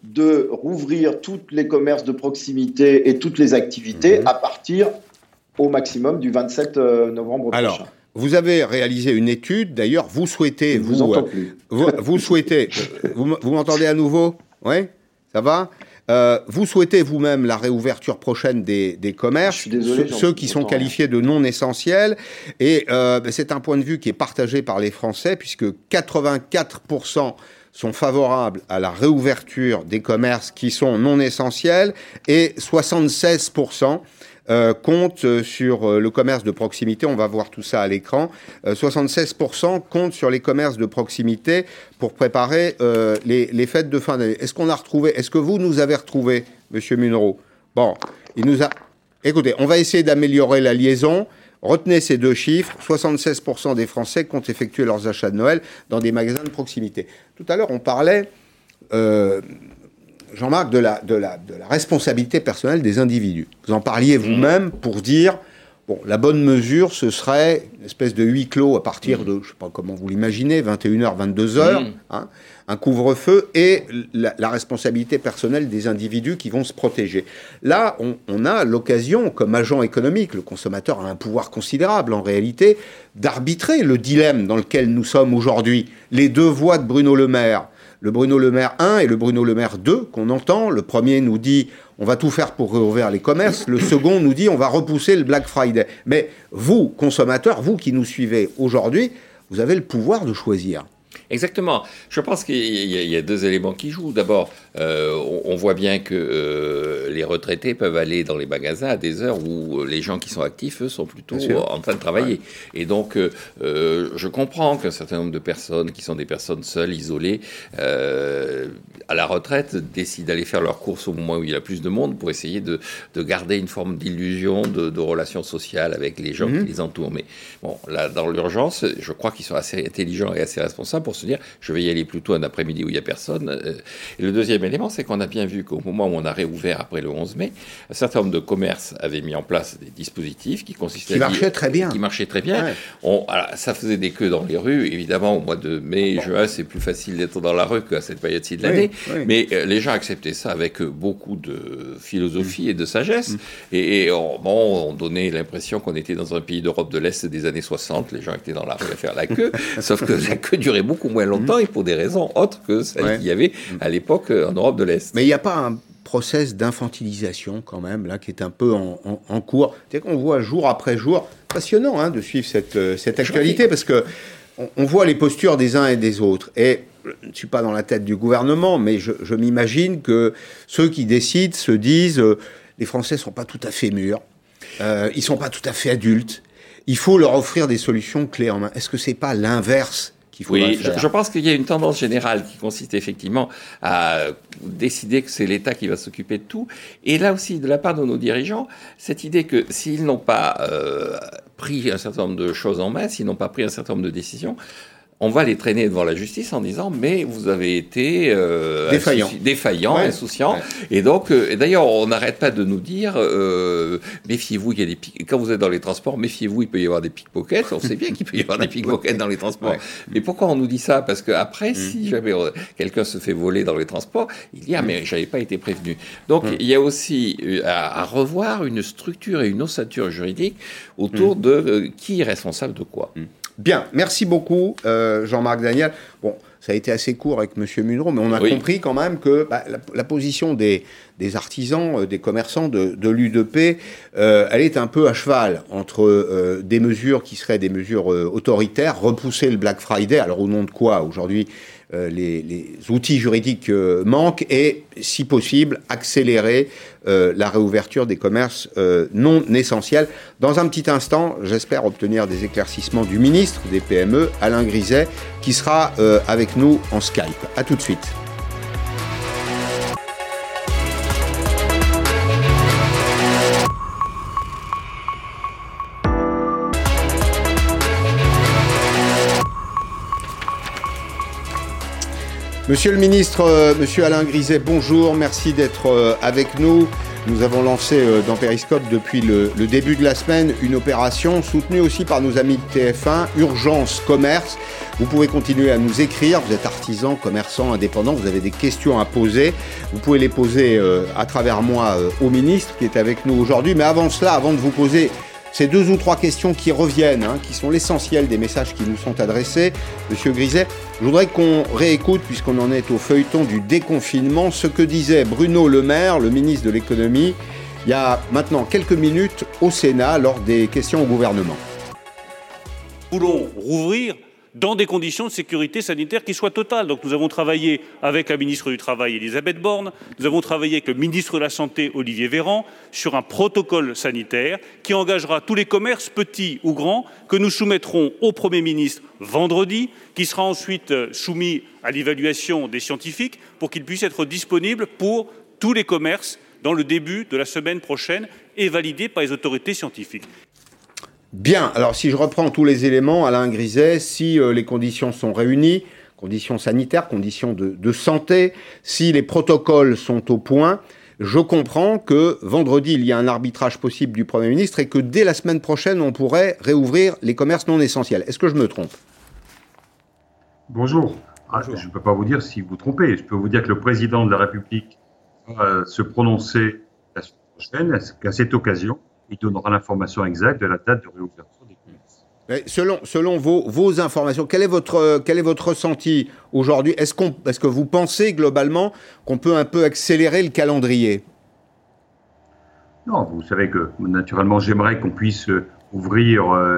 de rouvrir tous les commerces de proximité et toutes les activités mmh. à partir au maximum du vingt-sept novembre prochain. Alors, vous avez réalisé une étude, d'ailleurs, vous souhaitez... vous, vous, euh, vous, vous souhaitez... vous, vous m'entendez à nouveau? Oui? Ça va? Euh, vous souhaitez vous-même la réouverture prochaine des, des commerces, désolé, ceux, ceux qui sont qualifiés de non essentiels, et euh, c'est un point de vue qui est partagé par les Français, puisque quatre-vingt-quatre pour cent sont favorables à la réouverture des commerces qui sont non essentiels, et soixante-seize pour cent Euh, compte sur euh, le commerce de proximité. On va voir tout ça à l'écran. Euh, soixante-seize pour cent comptent sur les commerces de proximité pour préparer euh, les, les fêtes de fin d'année. Est-ce qu'on a retrouvé, est-ce que vous nous avez retrouvé, Monsieur Munro? Bon, il nous a... Écoutez, on va essayer d'améliorer la liaison. Retenez ces deux chiffres. soixante-seize pour cent des Français comptent effectuer leurs achats de Noël dans des magasins de proximité. Tout à l'heure, on parlait... Euh, Jean-Marc, de la, de, la, de la responsabilité personnelle des individus. Vous en parliez vous-même pour dire, bon, la bonne mesure, ce serait une espèce de huis clos à partir de, je ne sais pas comment vous l'imaginez, vingt et une heures, vingt-deux heures, mmh. hein, un couvre-feu et la, la responsabilité personnelle des individus qui vont se protéger. Là, on, on a l'occasion, comme agent économique, le consommateur a un pouvoir considérable en réalité, d'arbitrer le dilemme dans lequel nous sommes aujourd'hui. Les deux voix de Bruno Le Maire, le Bruno Le Maire un et le Bruno Le Maire deux qu'on entend. Le premier nous dit on va tout faire pour réouvrir les commerces. Le second nous dit on va repousser le Black Friday. Mais vous, consommateurs, vous qui nous suivez aujourd'hui, vous avez le pouvoir de choisir. Exactement. Je pense qu'il y, y a deux éléments qui jouent. D'abord, euh, on, on voit bien que euh, les retraités peuvent aller dans les magasins à des heures où les gens qui sont actifs, eux, sont plutôt en train de travailler. Ouais. Et donc, euh, je comprends qu'un certain nombre de personnes qui sont des personnes seules, isolées, euh, à la retraite, décident d'aller faire leurs courses au moment où il y a plus de monde pour essayer de, de garder une forme d'illusion de, de relation sociale avec les gens mmh. qui les entourent. Mais bon, là, dans l'urgence, je crois qu'ils sont assez intelligents et assez responsables pour se dire je vais y aller plutôt un après-midi où il n'y a personne. Et le deuxième élément, c'est qu'on a bien vu qu'au moment où on a réouvert après le onze mai, un certain nombre de commerces avaient mis en place des dispositifs qui consistaient qui à marchaient très bien. Qui marchaient très bien. Ouais. On, alors, ça faisait des queues dans les rues. Évidemment, au mois de mai, juin, c'est plus facile d'être dans la rue qu'à cette période-ci de l'année. Oui, oui. Mais euh, les gens acceptaient ça avec beaucoup de philosophie mmh. et de sagesse. Mmh. Et, et on, bon, on donnait l'impression qu'on était dans un pays d'Europe de l'Est des années soixante. Les gens étaient dans la rue à faire la queue. Sauf que la queue durait beaucoup moins longtemps et pour des raisons autres que celles ouais. qu'il y avait à l'époque en Europe de l'Est. Mais il n'y a pas un process d'infantilisation quand même, là, qui est un peu en, en, en cours. C'est qu'on voit jour après jour, passionnant hein, de suivre cette, cette actualité, parce que on, on voit les postures des uns et des autres. Et je ne suis pas dans la tête du gouvernement, mais je, je m'imagine que ceux qui décident se disent euh, les Français ne sont pas tout à fait mûrs, euh, ils ne sont pas tout à fait adultes, il faut leur offrir des solutions clés en main. Est-ce que ce n'est pas l'inverse qu'il faudrait Oui, faire? je, je pense qu'il y a une tendance générale qui consiste effectivement à décider que c'est l'État qui va s'occuper de tout. Et là aussi, de la part de nos dirigeants, cette idée que s'ils n'ont pas euh, pris un certain nombre de choses en main, s'ils n'ont pas pris un certain nombre de décisions, on va les traîner devant la justice en disant mais vous avez été euh, défaillant, insouci- défaillant ouais. insouciant. Ouais. Et donc, euh, et d'ailleurs, on n'arrête pas de nous dire euh, méfiez-vous, il y a des pic- quand vous êtes dans les transports, méfiez-vous, il peut y avoir des pickpockets. On sait bien qu'il peut y avoir des pickpockets dans les transports. Ouais. Mais pourquoi on nous dit ça? Parce qu'après, mmh. si jamais euh, quelqu'un se fait voler dans les transports, il dit ah mais j'avais pas été prévenu. Donc, mmh. il y a aussi euh, à, à revoir une structure et une ossature juridique autour mmh. de euh, qui est responsable de quoi. Mmh. Bien, merci beaucoup euh, Jean-Marc Daniel. Bon, ça a été assez court avec M. Munro, mais on a oui. compris quand même que bah, la, la position des, des artisans, euh, des commerçants de, de l'U D P, euh, elle est un peu à cheval entre euh, des mesures qui seraient des mesures euh, autoritaires, repousser le Black Friday, alors au nom de quoi aujourd'hui euh, les, les outils juridiques euh, manquent, et si possible accélérer euh, la réouverture des commerces euh, non essentiels. Dans un petit instant, j'espère obtenir des éclaircissements du ministre des P M E, Alain Griset, qui sera euh, avec nous en Skype. À tout de suite. Monsieur le ministre, euh, monsieur Alain Griset, bonjour, merci d'être euh, avec nous. Nous avons lancé euh, dans Périscope depuis le, le début de la semaine une opération soutenue aussi par nos amis de T F un, Urgence Commerce. Vous pouvez continuer à nous écrire, vous êtes artisan, commerçant, indépendant, vous avez des questions à poser. Vous pouvez les poser euh, à travers moi euh, au ministre qui est avec nous aujourd'hui. Mais avant cela, avant de vous poser ces deux ou trois questions qui reviennent, hein, qui sont l'essentiel des messages qui nous sont adressés, monsieur Griset, je voudrais qu'on réécoute, puisqu'on en est au feuilleton du déconfinement, ce que disait Bruno Le Maire, le ministre de l'économie, il y a maintenant quelques minutes au Sénat lors des questions au gouvernement. Nous voulons rouvrir dans des conditions de sécurité sanitaire qui soient totales. Donc nous avons travaillé avec la ministre du Travail, Elisabeth Borne, nous avons travaillé avec le ministre de la Santé, Olivier Véran, sur un protocole sanitaire qui engagera tous les commerces, petits ou grands, que nous soumettrons au Premier ministre vendredi, qui sera ensuite soumis à l'évaluation des scientifiques pour qu'il puisse être disponible pour tous les commerces dans le début de la semaine prochaine et validé par les autorités scientifiques. Bien, alors si je reprends tous les éléments, Alain Griset, si euh, les conditions sont réunies, conditions sanitaires, conditions de, de santé, si les protocoles sont au point, je comprends que vendredi, il y a un arbitrage possible du Premier ministre et que dès la semaine prochaine, on pourrait réouvrir les commerces non essentiels. Est-ce que je me trompe ? Bonjour. Ah, je ne peux pas vous dire si vous vous trompez. Je peux vous dire que le président de la République va se prononcer la semaine prochaine, qu'à cette occasion, il donnera l'information exacte de la date de réouverture des commerces. Mais selon selon vos, vos informations, quel est votre, quel est votre ressenti aujourd'hui ? Est-ce, qu'on, est-ce que vous pensez globalement qu'on peut un peu accélérer le calendrier ? Non, vous savez que naturellement j'aimerais qu'on puisse ouvrir euh,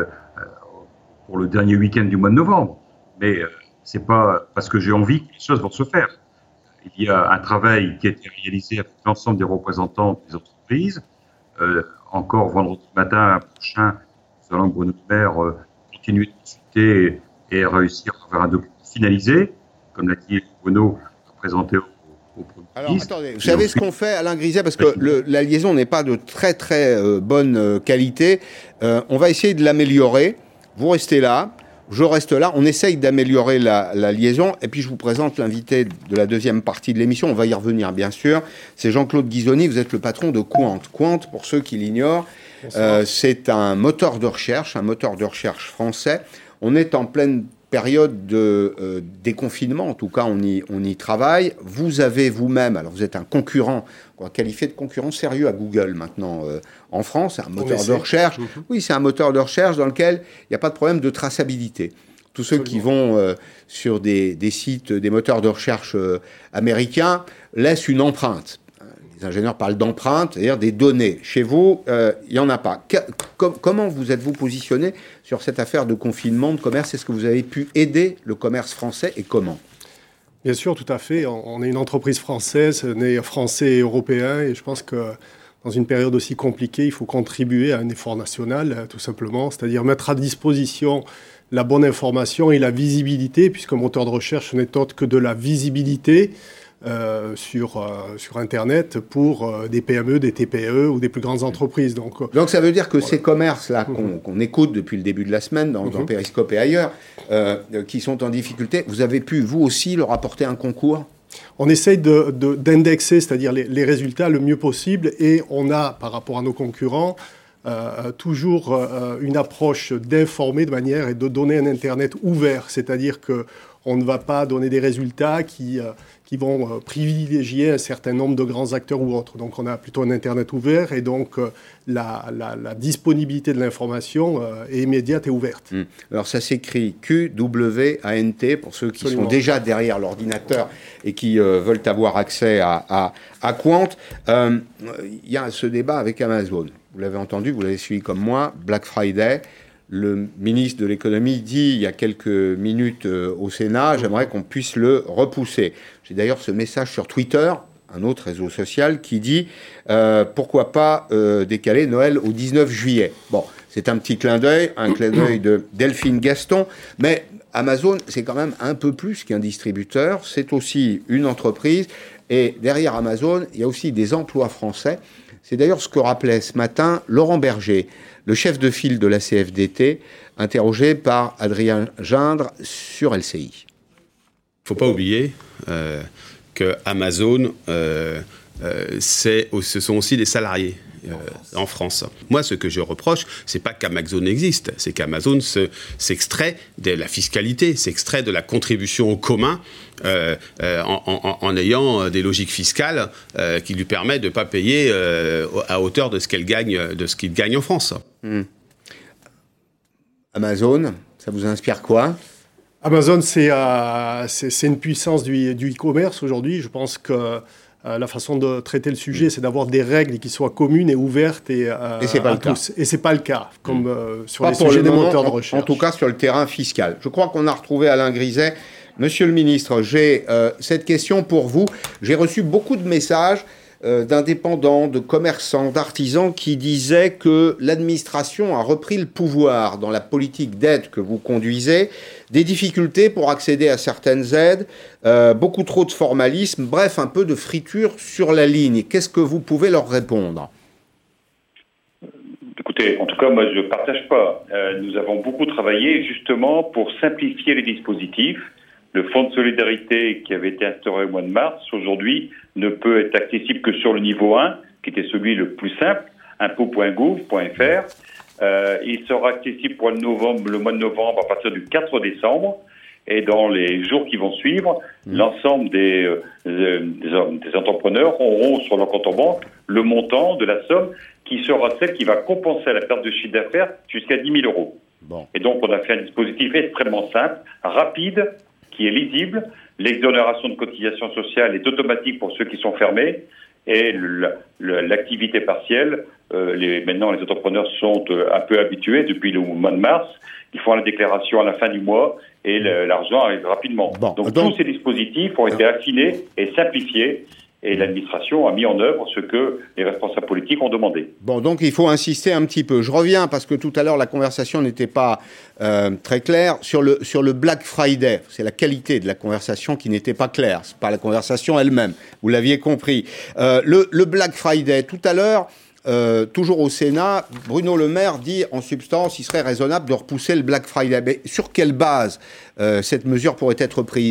pour le dernier week-end du mois de novembre. Mais euh, ce n'est pas parce que j'ai envie que les choses vont se faire. Il y a un travail qui a été réalisé avec l'ensemble des représentants des entreprises. Euh, encore vendredi matin prochain, nous allons, Bruno Le Maire, euh, continuer de discuter et, et réussir à faire un document finalisé, comme l'a dit Bruno, présenté au, au Premier Alors, ministre. attendez, vous savez ce qu'on fait, Alain Griset, parce que le, la liaison n'est pas de très très euh, bonne euh, qualité. Euh, on va essayer de l'améliorer. Vous restez là. Je reste là, on essaye d'améliorer la, la liaison, et puis je vous présente l'invité de la deuxième partie de l'émission, on va y revenir bien sûr, c'est Jean-Claude Ghisoni, vous êtes le patron de Qwant. Qwant, pour ceux qui l'ignorent, euh, c'est un moteur de recherche, un moteur de recherche français. On est en pleine période de euh, déconfinement, en tout cas on y, on y travaille. Vous avez vous-même, alors vous êtes un concurrent, on va qualifier de concurrent sérieux à Google maintenant euh, en France, un moteur de recherche. Mmh. Oui, c'est un moteur de recherche dans lequel il n'y a pas de problème de traçabilité. Tous ceux Absolument. qui vont euh, sur des, des sites, des moteurs de recherche euh, américains, laissent une empreinte. Les ingénieurs parlent d'empreintes, c'est-à-dire des données. Chez vous, euh, il n'y en a pas. Que, com- comment vous êtes-vous positionné sur cette affaire de confinement, de commerce ? Est-ce que vous avez pu aider le commerce français et comment ? Bien sûr, tout à fait. On est une entreprise française, on est français et européen, et je pense que dans une période aussi compliquée, il faut contribuer à un effort national, tout simplement, c'est-à-dire mettre à disposition la bonne information et la visibilité, puisqu'un moteur de recherche n'est autre que de la visibilité euh, sur, euh, sur Internet pour euh, des P M E, des T P E ou des plus grandes entreprises. Donc, euh, Donc ça veut dire que voilà. Ces commerces-là qu'on, mmh. qu'on écoute depuis le début de la semaine dans, mmh. dans Périscope et ailleurs, euh, qui sont en difficulté, vous avez pu, vous aussi, leur apporter un concours ? On essaye de, de, d'indexer, c'est-à-dire les, les résultats le mieux possible, et on a, par rapport à nos concurrents, euh, toujours euh, une approche d'informer de manière et de donner un Internet ouvert, c'est-à-dire qu'on ne va pas donner des résultats qui, euh, qui vont euh, privilégier un certain nombre de grands acteurs ou autres. Donc on a plutôt un Internet ouvert, et donc euh, la, la, la disponibilité de l'information euh, est immédiate et ouverte. Mmh. Alors ça s'écrit Q W A N T pour ceux qui Absolument. sont déjà derrière l'ordinateur et qui euh, veulent avoir accès à, à, à Qwant. Il euh, y a ce débat avec Amazon. Vous l'avez entendu, vous l'avez suivi comme moi, Black Friday. Le ministre de l'économie dit il y a quelques minutes euh, au Sénat, j'aimerais qu'on puisse le repousser. J'ai d'ailleurs ce message sur Twitter, un autre réseau social, qui dit euh, pourquoi pas euh, décaler Noël au dix-neuf juillet. Bon, c'est un petit clin d'œil, un clin d'œil de Delphine Gaston, mais Amazon, c'est quand même un peu plus qu'un distributeur, c'est aussi une entreprise, et derrière Amazon, il y a aussi des emplois français. C'est d'ailleurs ce que rappelait ce matin Laurent Berger, le chef de file de la C F D T, interrogé par Adrien Gindre sur L C I. Il ne faut pas oublier euh, que Amazon, euh, euh, c'est, ce sont aussi des salariés euh, en France. Moi, ce que je reproche, c'est pas qu'Amazon existe, c'est qu'Amazon se, s'extrait de la fiscalité, s'extrait de la contribution au commun euh, euh, en, en, en ayant des logiques fiscales euh, qui lui permettent de ne pas payer euh, à hauteur de ce qu'elle gagne, de ce qu'il gagne en France. Mmh. Amazon, ça vous inspire quoi ? Amazon, c'est, euh, c'est, c'est une puissance du, du e-commerce aujourd'hui. Je pense que euh, la façon de traiter le sujet, c'est d'avoir des règles qui soient communes et ouvertes et, euh, et c'est pas à le cas. tous. Et c'est pas le cas, comme euh, sur pas les sujets des moteurs de en, recherche. En tout cas, sur le terrain fiscal. Je crois qu'on a retrouvé Alain Griset. Monsieur le ministre, j'ai euh, cette question pour vous. J'ai reçu beaucoup de messages euh, d'indépendants, de commerçants, d'artisans qui disaient que l'administration a repris le pouvoir dans la politique d'aide que vous conduisez, des difficultés pour accéder à certaines aides, euh, beaucoup trop de formalisme, bref, un peu de friture sur la ligne. Qu'est-ce que vous pouvez leur répondre ? Écoutez, en tout cas, moi, je ne partage pas. Euh, nous avons beaucoup travaillé justement pour simplifier les dispositifs. Le fonds de solidarité qui avait été instauré au mois de mars, aujourd'hui, ne peut être accessible que sur le niveau un, qui était celui le plus simple, impôt point gouv point f r. Euh, il sera accessible pour le, novembre, le mois de novembre à partir du quatre décembre. Et dans les jours qui vont suivre, mmh. l'ensemble des, euh, des, des entrepreneurs auront sur leur compte en banque le montant de la somme qui sera celle qui va compenser la perte de chiffre d'affaires jusqu'à dix mille euros. Bon. Et donc, on a fait un dispositif extrêmement simple, rapide, qui est lisible. L'exonération de cotisation sociale est automatique pour ceux qui sont fermés. Et le, le, l'activité partielle, euh, les, maintenant les entrepreneurs sont euh, un peu habitués depuis le mois de mars. Ils font la déclaration à la fin du mois et le, l'argent arrive rapidement. Bon, donc, donc tous ces dispositifs ont été affinés et simplifiés. Et l'administration a mis en œuvre ce que les responsables politiques ont demandé. Bon, donc il faut insister un petit peu. Je reviens parce que tout à l'heure, la conversation n'était pas euh, très claire. Sur le, sur le Black Friday, c'est la qualité de la conversation qui n'était pas claire. Ce n'est pas la conversation elle-même. Vous l'aviez compris. Euh, le, le Black Friday, tout à l'heure, euh, toujours au Sénat, Bruno Le Maire dit en substance, il serait raisonnable de repousser le Black Friday. Mais sur quelle base euh, cette mesure pourrait être prise ?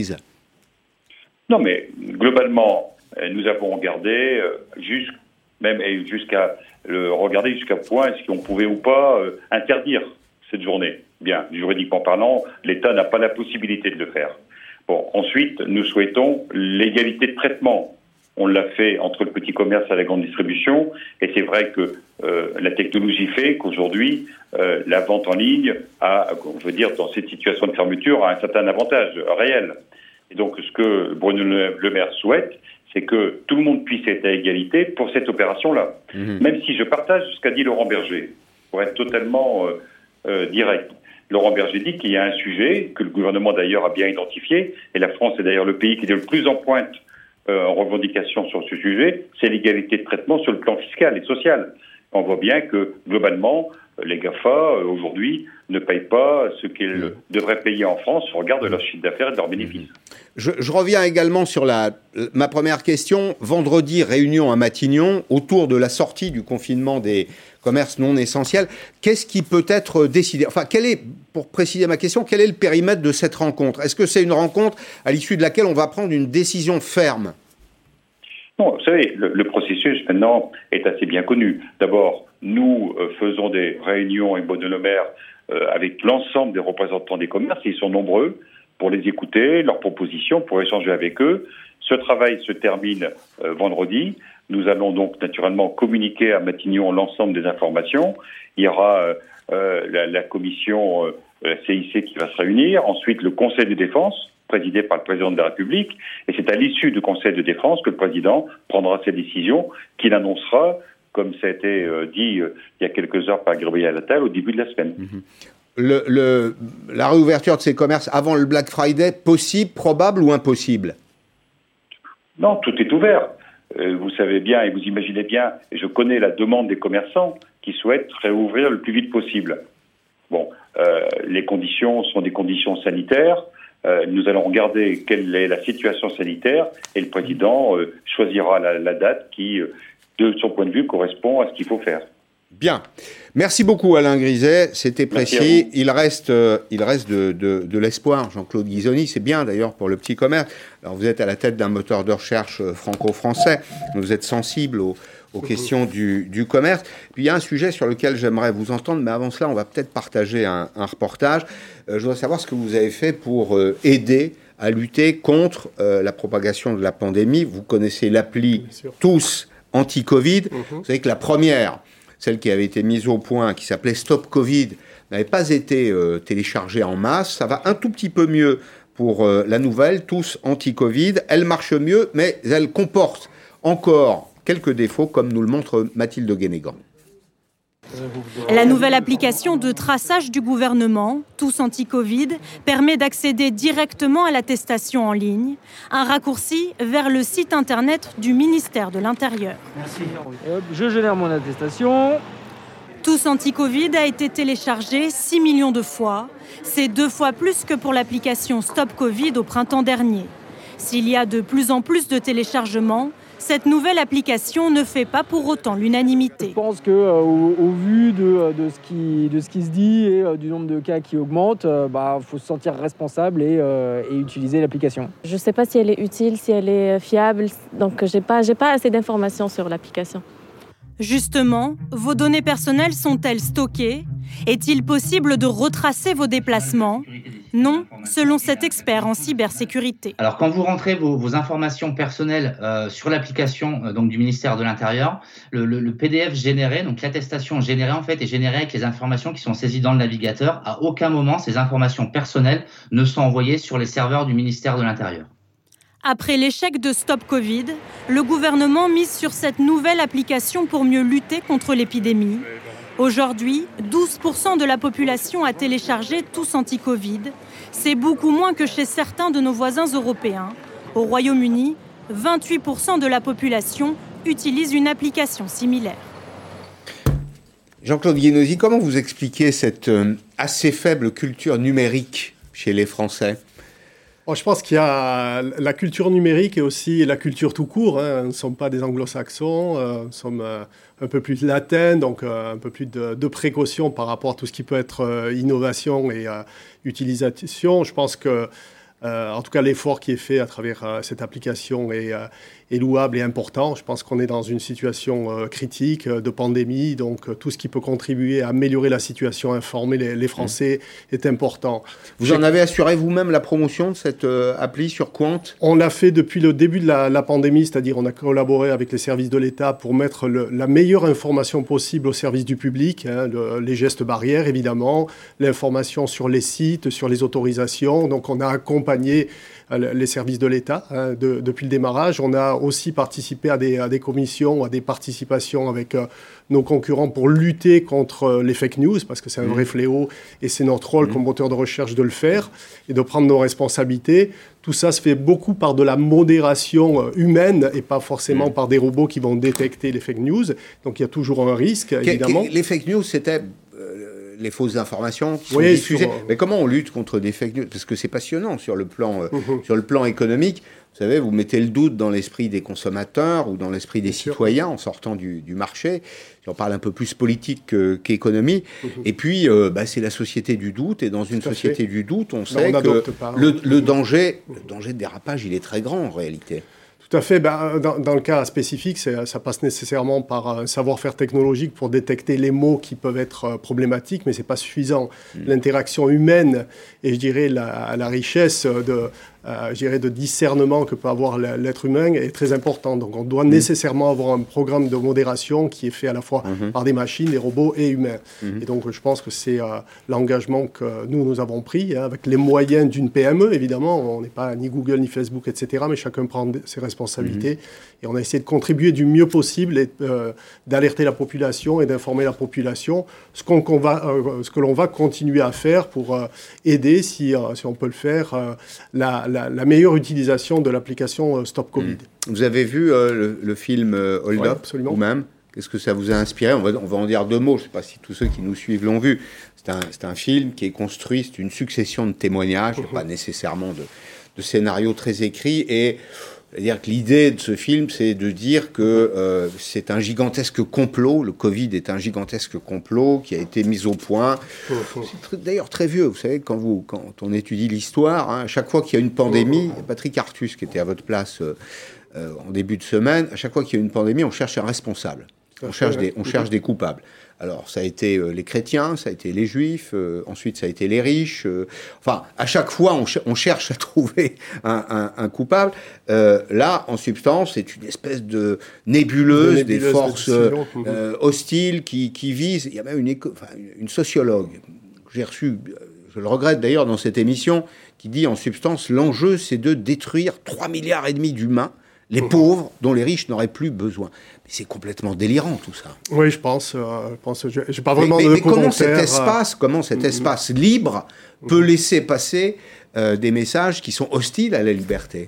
Non, mais globalement... Nous avons regardé, euh, jusqu', même jusqu'à le regarder jusqu'à point est-ce qu'on pouvait ou pas euh, interdire cette journée. Bien, juridiquement parlant, l'État n'a pas la possibilité de le faire. Bon, ensuite, nous souhaitons l'égalité de traitement. On l'a fait entre le petit commerce et la grande distribution, et c'est vrai que euh, la technologie fait qu'aujourd'hui, euh, la vente en ligne a, on veut dire, dans cette situation de fermeture, a un certain avantage réel. Et donc, ce que Bruno Le Maire souhaite, c'est que tout le monde puisse être à égalité pour cette opération-là. Mmh. Même si je partage ce qu'a dit Laurent Berger, pour être totalement euh, euh, direct. Laurent Berger dit qu'il y a un sujet que le gouvernement d'ailleurs a bien identifié, et la France est d'ailleurs le pays qui est le plus en pointe euh, en revendication sur ce sujet, c'est l'égalité de traitement sur le plan fiscal et social. On voit bien que, globalement, les GAFA, euh, aujourd'hui, ne payent pas ce qu'ils mmh. devraient payer en France au regard de leur chiffre d'affaires et de leurs bénéfices. Je, je reviens également sur la, ma première question. Vendredi, réunion à Matignon autour de la sortie du confinement des commerces non essentiels. Qu'est-ce qui peut être décidé ? Enfin, quel est, pour préciser ma question, quel est le périmètre de cette rencontre ? Est-ce que c'est une rencontre à l'issue de laquelle on va prendre une décision ferme ? Non, vous savez, le, le processus maintenant est assez bien connu. D'abord, nous euh, faisons des réunions avec Bruno Le Maire euh, avec l'ensemble des représentants des commerces, ils sont nombreux, pour les écouter, leurs propositions, pour échanger avec eux. Ce travail se termine euh, vendredi. Nous allons donc naturellement communiquer à Matignon l'ensemble des informations. Il y aura euh, euh, la, la commission euh, la C I C qui va se réunir, ensuite le Conseil de défense, présidé par le président de la République, et c'est à l'issue du Conseil de défense que le président prendra ses décisions, qu'il annoncera, comme ça a été euh, dit euh, il y a quelques heures par Gabriel Attal, au début de la semaine. Mmh. Le, le, la réouverture de ces commerces avant le Black Friday, possible, probable ou impossible ? Non, tout est ouvert. Euh, vous savez bien et vous imaginez bien, et je connais la demande des commerçants qui souhaitent réouvrir le plus vite possible. Bon, euh, les conditions sont des conditions sanitaires. Euh, nous allons regarder quelle est la situation sanitaire et le président euh, choisira la, la date qui, euh, de son point de vue, correspond à ce qu'il faut faire. Bien. Merci beaucoup Alain Griset, c'était précis. Il reste, euh, il reste de, de, de l'espoir, Jean-Claude Ghisoni, c'est bien d'ailleurs pour le petit commerce. Alors vous êtes à la tête d'un moteur de recherche franco-français, vous êtes sensible aux, aux questions du, du commerce. Puis il y a un sujet sur lequel j'aimerais vous entendre, mais avant cela, on va peut-être partager un, un reportage. Euh, je voudrais savoir ce que vous avez fait pour euh, aider à lutter contre euh, la propagation de la pandémie. Vous connaissez l'appli tous anti-Covid. Mm-hmm. Vous savez que la première, celle qui avait été mise au point, qui s'appelait Stop Covid, n'avait pas été euh, téléchargée en masse. Ça va un tout petit peu mieux pour euh, la nouvelle, tous anti-Covid. Elle marche mieux, mais elle comporte encore quelques défauts, comme nous le montre Mathilde Guénégan. La nouvelle application de traçage du gouvernement, Tous Anti-Covid, permet d'accéder directement à l'attestation en ligne, un raccourci vers le site internet du ministère de l'Intérieur. Merci. Je génère mon attestation. Tous Anti-Covid a été téléchargé six millions de fois. C'est deux fois plus que pour l'application Stop Covid au printemps dernier. S'il y a de plus en plus de téléchargements, cette nouvelle application ne fait pas pour autant l'unanimité. Je pense qu'au euh, au vu de, de, ce qui, de ce qui se dit et euh, du nombre de cas qui augmente, il euh, bah, faut se sentir responsable et, euh, et utiliser l'application. Je ne sais pas si elle est utile, si elle est fiable, donc je n'ai pas, j'ai pas assez d'informations sur l'application. Justement, vos données personnelles sont-elles stockées ? Est-il possible de retracer vos déplacements ? Non, selon cet expert en cybersécurité. Alors, quand vous rentrez vos, vos informations personnelles euh, sur l'application euh, donc du ministère de l'Intérieur, le, le, le P D F généré, donc l'attestation générée en fait, est générée avec les informations qui sont saisies dans le navigateur. À aucun moment, ces informations personnelles ne sont envoyées sur les serveurs du ministère de l'Intérieur. Après l'échec de Stop Covid, le gouvernement mise sur cette nouvelle application pour mieux lutter contre l'épidémie. Aujourd'hui, douze pour cent de la population a téléchargé Tous Anti-Covid. C'est beaucoup moins que chez certains de nos voisins européens. Au Royaume-Uni, vingt-huit pour cent de la population utilise une application similaire. Jean-Claude Guénégan, comment vous expliquez cette euh, assez faible culture numérique chez les Français ? Bon, je pense qu'il y a la culture numérique et aussi la culture tout court. Hein. Nous ne sommes pas des anglo-saxons, euh, nous sommes euh, un peu plus latins, donc euh, un peu plus de, de précaution par rapport à tout ce qui peut être euh, innovation et euh, utilisation. Je pense que, euh, en tout cas, l'effort qui est fait à travers euh, cette application est, euh, est louable et important. Je pense qu'on est dans une situation euh, critique euh, de pandémie, donc euh, tout ce qui peut contribuer à améliorer la situation, informer les, les Français mmh. est important. Vous en avez assuré vous-même la promotion de cette euh, appli sur Quant ? On l'a fait depuis le début de la, la pandémie, c'est-à-dire on a collaboré avec les services de l'État pour mettre le, la meilleure information possible au service du public, hein, le, les gestes barrières évidemment, l'information sur les sites, sur les autorisations. Donc on a accompagné les services de l'État hein, de, depuis le démarrage. On a aussi participé à des, à des commissions, à des participations avec euh, nos concurrents pour lutter contre euh, les fake news, parce que c'est un mmh. vrai fléau et c'est notre rôle mmh. comme moteur de recherche de le faire et de prendre nos responsabilités. Tout ça se fait beaucoup par de la modération euh, humaine et pas forcément mmh. par des robots qui vont détecter les fake news. Donc il y a toujours un risque, Qu- évidemment. Les fake news, c'était... Euh, les fausses informations qui sont oui, diffusées. Sur, euh... Mais comment on lutte contre des fake news ? Parce que c'est passionnant sur le plan, euh, mmh. sur le plan économique. Vous savez, vous mettez le doute dans l'esprit des consommateurs ou dans l'esprit des Bien citoyens sûr. En sortant du, du marché. Si on parle un peu plus politique que, qu'économie. Mmh. Et puis, euh, bah, c'est la société du doute. Et dans une société fait. du doute, on sait on que pas, le, le, danger, le danger de dérapage, il est très grand en réalité. Tout à fait. Ben, dans, dans le cas spécifique, c'est, ça passe nécessairement par un savoir-faire technologique pour détecter les mots qui peuvent être problématiques, mais ce n'est pas suffisant. Mmh. L'interaction humaine et je dirais la, la richesse de, euh, je dirais de discernement que peut avoir l'être humain est très importante. Donc on doit mmh. nécessairement avoir un programme de modération qui est fait à la fois mmh. par des machines, des robots et humains. Mmh. Et donc je pense que c'est euh, l'engagement que nous, nous avons pris, hein, avec les moyens d'une P M E, évidemment. On n'est pas ni Google, ni Facebook, et cetera, mais chacun prend ses responsabilités. Responsabilité. Mmh. Et on a essayé de contribuer du mieux possible et euh, d'alerter la population et d'informer la population, ce, qu'on, qu'on va, euh, ce que l'on va continuer à faire pour euh, aider, si, euh, si on peut le faire, euh, la, la, la meilleure utilisation de l'application euh, Stop Covid. Mmh. Vous avez vu euh, le, le film euh, Hold ouais, Up absolument. Vous-même ? Qu'est-ce que ça vous a inspiré ? on va, on va en dire deux mots, je ne sais pas si tous ceux qui nous suivent l'ont vu. C'est un, c'est un film qui est construit, c'est une succession de témoignages, mmh. pas nécessairement de, de scénarios très écrits, et C'est-à-dire que l'idée de ce film, c'est de dire que euh, c'est un gigantesque complot, le Covid est un gigantesque complot qui a été mis au point. C'est d'ailleurs très vieux, vous savez, quand, vous, quand on étudie l'histoire, hein, à chaque fois qu'il y a une pandémie, Patrick Artus, qui était à votre place euh, euh, en début de semaine, à chaque fois qu'il y a une pandémie, on cherche un responsable, on cherche des, on cherche des coupables. Alors, ça a été euh, les chrétiens, ça a été les juifs, euh, ensuite ça a été les riches. Euh, enfin, à chaque fois, on, ch- on cherche à trouver un, un, un coupable. Euh, là, en substance, c'est une espèce de nébuleuse, nébuleuse des forces de euh, hostiles qui, qui visent. Il y a même une, éco- enfin, une sociologue, que j'ai reçue, je le regrette d'ailleurs dans cette émission, qui dit en substance, l'enjeu, c'est de détruire trois milliards et demi d'humains, les pauvres dont les riches n'auraient plus besoin. Mais c'est complètement délirant tout ça. Oui, je pense. Euh, je pense. Je n'ai pas vraiment mais, de mais, mais commentaires. Comment cet espace, comment cet mmh. espace libre peut mmh. laisser passer euh, des messages qui sont hostiles à la liberté?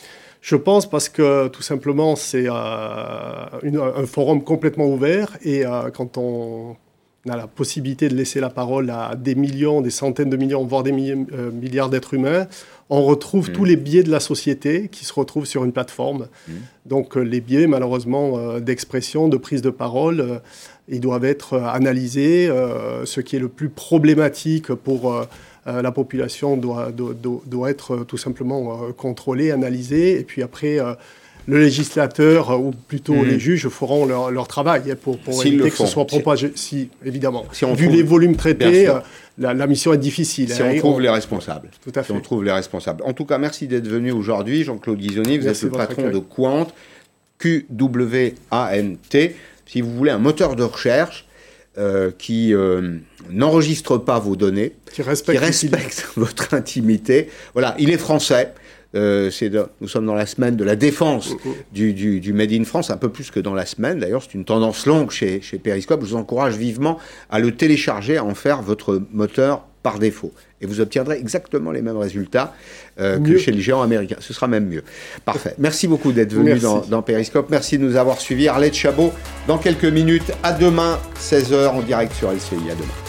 Je pense parce que tout simplement c'est euh, une, un forum complètement ouvert et euh, quand on a la possibilité de laisser la parole à des millions, des centaines de millions, voire des mi- euh, milliards d'êtres humains, on retrouve mmh. tous les biais de la société qui se retrouvent sur une plateforme. Mmh. Donc euh, les biais, malheureusement, euh, d'expression, de prise de parole, euh, ils doivent être euh, analysés. Euh, ce qui est le plus problématique pour euh, euh, la population doit, doit, doit être euh, tout simplement euh, contrôlé, analysé. Et puis après... Euh, le législateur, ou plutôt mmh. les juges, feront leur, leur travail pour, pour éviter que ce soit propagé. Si, évidemment. Si on Vu trouve, les volumes traités, euh, la, la mission est difficile. Si hein, on trouve on... les responsables. Tout à fait. Si on trouve les responsables. En tout cas, merci d'être venu aujourd'hui, Jean-Claude Ghisoni. Vous merci êtes le patron accueil. de Quant, Q W A N T. Si vous voulez un moteur de recherche euh, qui euh, n'enregistre pas vos données, qui respecte, qui respecte votre intimité. Voilà, il est français. Euh, c'est de, nous sommes dans la semaine de la défense mmh. du, du, du Made in France, un peu plus que dans la semaine. D'ailleurs, c'est une tendance longue chez, chez Periscope. Je vous encourage vivement à le télécharger, à en faire votre moteur par défaut. Et vous obtiendrez exactement les mêmes résultats euh, que chez les géants américains. Ce sera même mieux. Parfait. Merci beaucoup d'être venu dans, dans Periscope. Merci de nous avoir suivis. Arlette Chabot, dans quelques minutes. À demain, seize heures, en direct sur L C I. À demain.